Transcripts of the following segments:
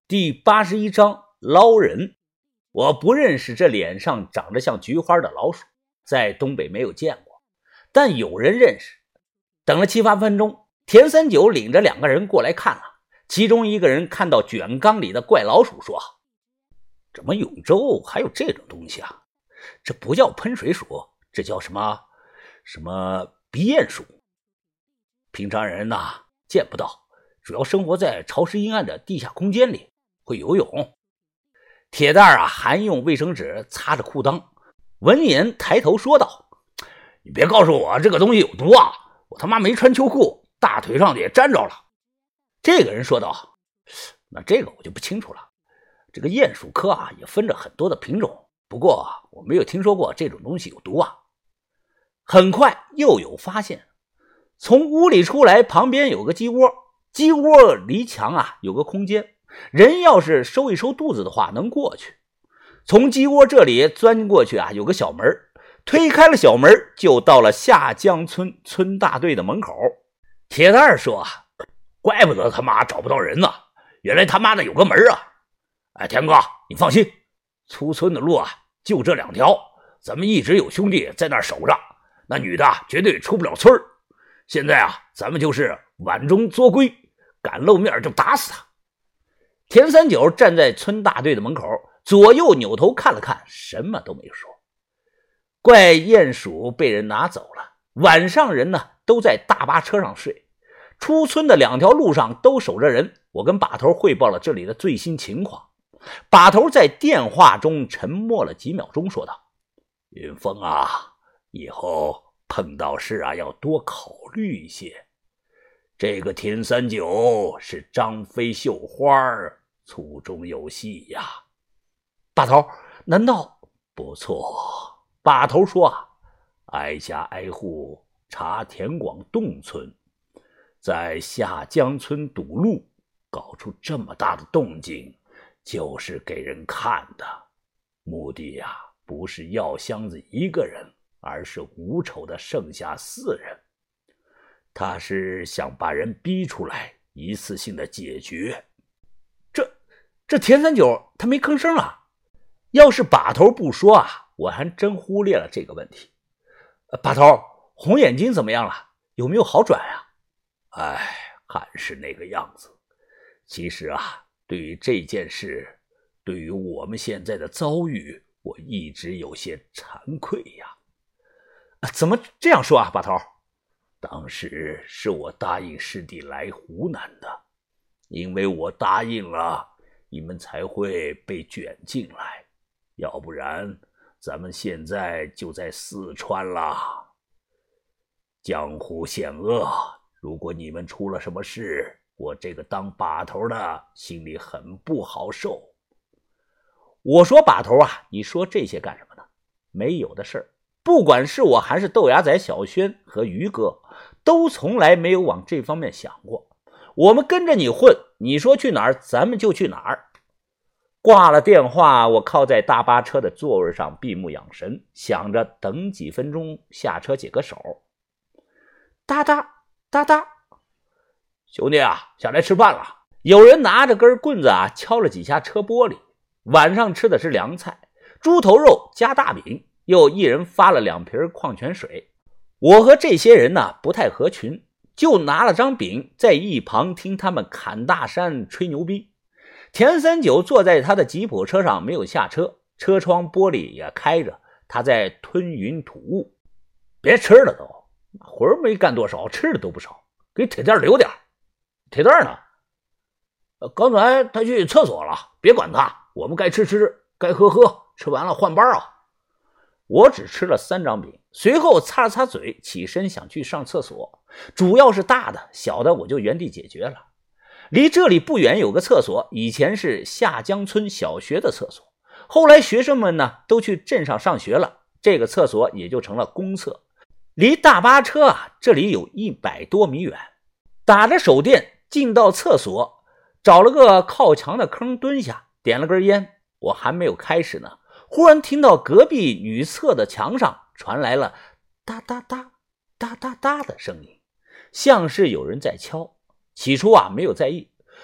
第81章捞人。我不认识这脸上长着像菊花的老鼠，在东北没有见过，但有人认识。等了7、8分钟，田三九领着2个人过来看了，其中一个人看到卷缸里的怪老鼠说：怎么永州还有这种东西啊？这不叫喷水鼠，这叫什么鼻鼹鼠。平常人见不到，主要生活在潮湿阴暗的地下空间里，会游泳。铁蛋还用卫生纸擦着裤裆，闻言抬头说道：你别告诉我这个东西有毒啊，我他妈没穿秋裤，大腿上也沾着了。这个人说道：那这个我就不清楚了，这个鼹鼠科也分着很多的品种，不过我没有听说过这种东西有毒啊。很快又有发现，从屋里出来，旁边有个鸡窝，鸡窝离墙有个空间，人要是收一收肚子的话能过去。从鸡窝这里钻过去有个小门，推开了小门就到了下江村村大队的门口。铁蛋说怪不得他妈找不到人呢，原来他妈的有个门啊。田哥你放心，出村的路就这2条，咱们一直有兄弟在那儿守着，那女的绝对出不了村。现在咱们就是晚中捉龟，敢露面就打死他。田三九站在村大队的门口，左右扭头看了看，什么都没说。怪鼹鼠被人拿走了，晚上人都在大巴车上睡，出村的2条路上都守着人。我跟把头汇报了这里的最新情况。把头在电话中沉默了几秒钟，说道：云峰以后碰到事要多考虑一些。这个田三九是张飞绣花，粗中有细呀。把头，难道？不错。把头说挨家挨户查田广洞村，在下江村堵路，搞出这么大的动静，就是给人看的。目的不是药箱子1个人，而是五丑的剩下4人。他是想把人逼出来，一次性的解决。这田三九他没吭声要是把头不说我还真忽略了这个问题。把头，红眼睛怎么样了？有没有好转还是那个样子。其实对于这件事，对于我们现在的遭遇，我一直有些惭愧怎么这样说把头？当时是我答应师弟来湖南的，因为我答应了，你们才会被卷进来，要不然咱们现在就在四川了。江湖险恶，如果你们出了什么事，我这个当把头的心里很不好受。我说把头你说这些干什么呢？没有的事儿，不管是我还是豆芽仔小轩和于哥，都从来没有往这方面想过。我们跟着你混，你说去哪儿咱们就去哪儿。挂了电话，我靠在大巴车的座位上闭目养神，想着等几分钟下车解个手。哒哒哒哒，兄弟下来吃饭了。有人拿着根棍子敲了几下车玻璃。晚上吃的是凉菜，猪头肉加大饼，又一人发了2瓶矿泉水。我和这些人不太合群，就拿了张饼在一旁听他们侃大山吹牛逼。田三九坐在他的吉普车上没有下车，车窗玻璃也开着，他在吞云吐雾。别吃了都，活儿没干多少，吃的都不少，给铁蛋留点。铁蛋呢？刚才他去厕所了，别管他，我们该吃吃，该喝喝，吃完了换班我只吃了3张饼，随后擦了擦嘴，起身想去上厕所，主要是大的，小的我就原地解决了。离这里不远有个厕所，以前是下江村小学的厕所，后来学生们都去镇上上学了，这个厕所也就成了公厕。离大巴车这里有100多米远。打着手电进到厕所，找了个靠墙的坑蹲下，点了根烟。我还没有开始呢，忽然听到隔壁女厕的墙上传来了哒哒哒哒哒哒的声音，像是有人在敲。起初没有在意，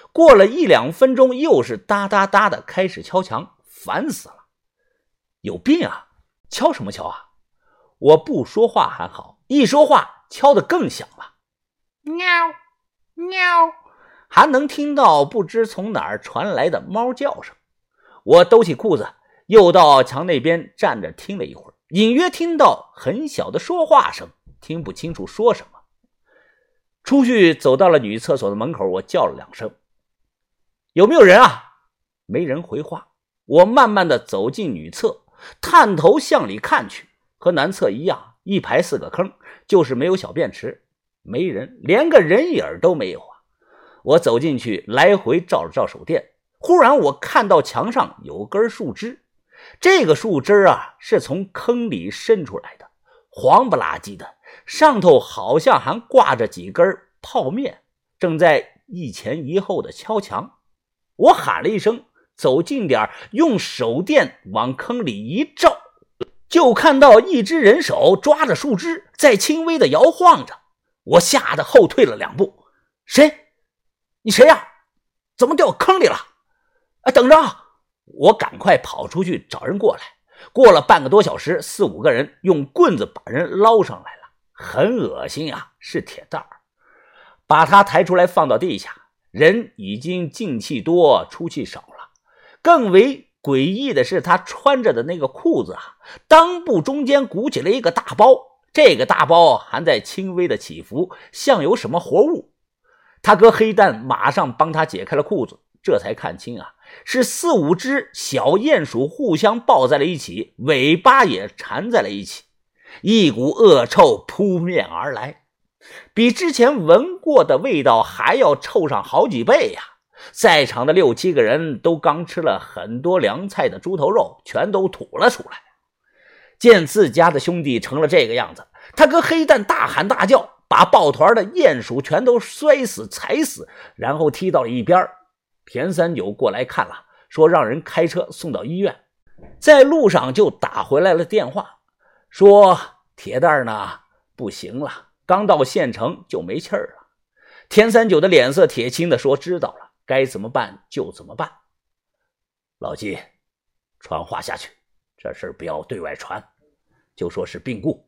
过了1-2分钟，又是哒哒哒的开始敲墙，烦死了。有病啊，敲什么敲啊？我不说话还好，一说话敲得更响了。喵喵，还能听到不知从哪儿传来的猫叫声。我兜起裤子，又到墙那边站着听了一会儿，隐约听到很小的说话声，听不清楚说什么。出去走到了女厕所的门口，我叫了2声，有没有人啊？没人回话。我慢慢的走进女厕，探头向里看去，和男厕一样，一排4个坑，就是没有小便池，没人，连个人影都没有啊。我走进去，来回照了照手电，忽然我看到墙上有根树枝，这个树枝啊是从坑里伸出来的，黄不拉几的，上头好像还挂着几根泡面，正在一前一后的敲墙。我喊了一声，走近点，用手电往坑里一照，就看到一只人手抓着树枝在轻微的摇晃着。我吓得后退了2步。谁？你谁呀？怎么掉坑里了？等着！我赶快跑出去找人过来。过了半个多小时，4、5个人用棍子把人捞上来了，很恶心啊，是铁蛋儿。把他抬出来放到地下，人已经进气多出气少了。更为诡异的是，他穿着的那个裤子啊，裆部中间鼓起了一个大包，这个大包还在轻微的起伏，像有什么活物。他哥黑蛋马上帮他解开了裤子，这才看清啊，是4、5只小鼹鼠互相抱在了一起，尾巴也缠在了一起，一股恶臭扑面而来，比之前闻过的味道还要臭上好几倍呀。在场的6、7个人都刚吃了很多凉菜的猪头肉，全都吐了出来。见自家的兄弟成了这个样子，他哥黑蛋大喊大叫，把抱团的鼹鼠全都摔死踩死，然后踢到了一边。田三九过来看了，说让人开车送到医院。在路上就打回来了电话，说铁蛋呢不行了，刚到县城就没气儿了。田三九的脸色铁青的说，知道了，该怎么办就怎么办。老季，传话下去，这事不要对外传，就说是病故。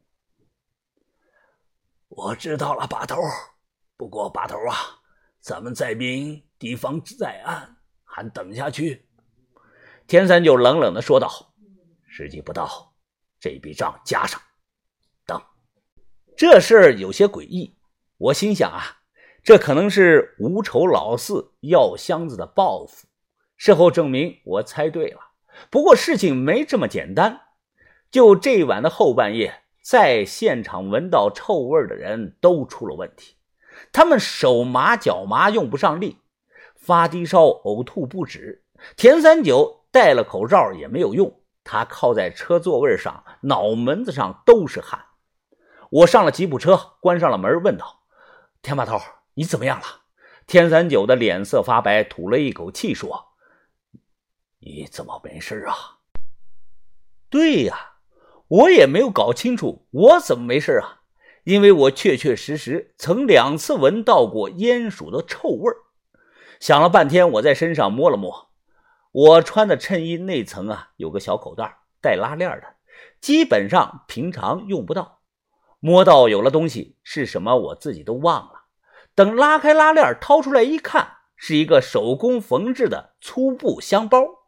我知道了，把头。不过把头啊，咱们在明，敌方在暗，还等下去。 田三九冷冷地说道，时机不到，这笔账加上，等。这事儿有些诡异，我心想啊，这可能是无仇老四药箱子的报复。事后证明我猜对了，不过事情没这么简单。就这晚的后半夜，在现场闻到臭味的人都出了问题，他们手麻脚麻，用不上力，发低烧呕吐不止。田三九戴了口罩也没有用，他靠在车座位上，脑门子上都是汗。我上了吉普车，关上了门，问道，田把头，你怎么样了？田三九的脸色发白，吐了一口气说， 你怎么没事啊？ 对呀，我也没有搞清楚我怎么没事啊，因为我确确实实曾2次闻到过烟鼠的臭味。想了半天，我在身上摸了摸，我穿的衬衣内层啊有个小口袋，带拉链的，基本上平常用不到。摸到有了东西，是什么我自己都忘了。等拉开拉链掏出来一看，是一个手工缝制的粗布箱包。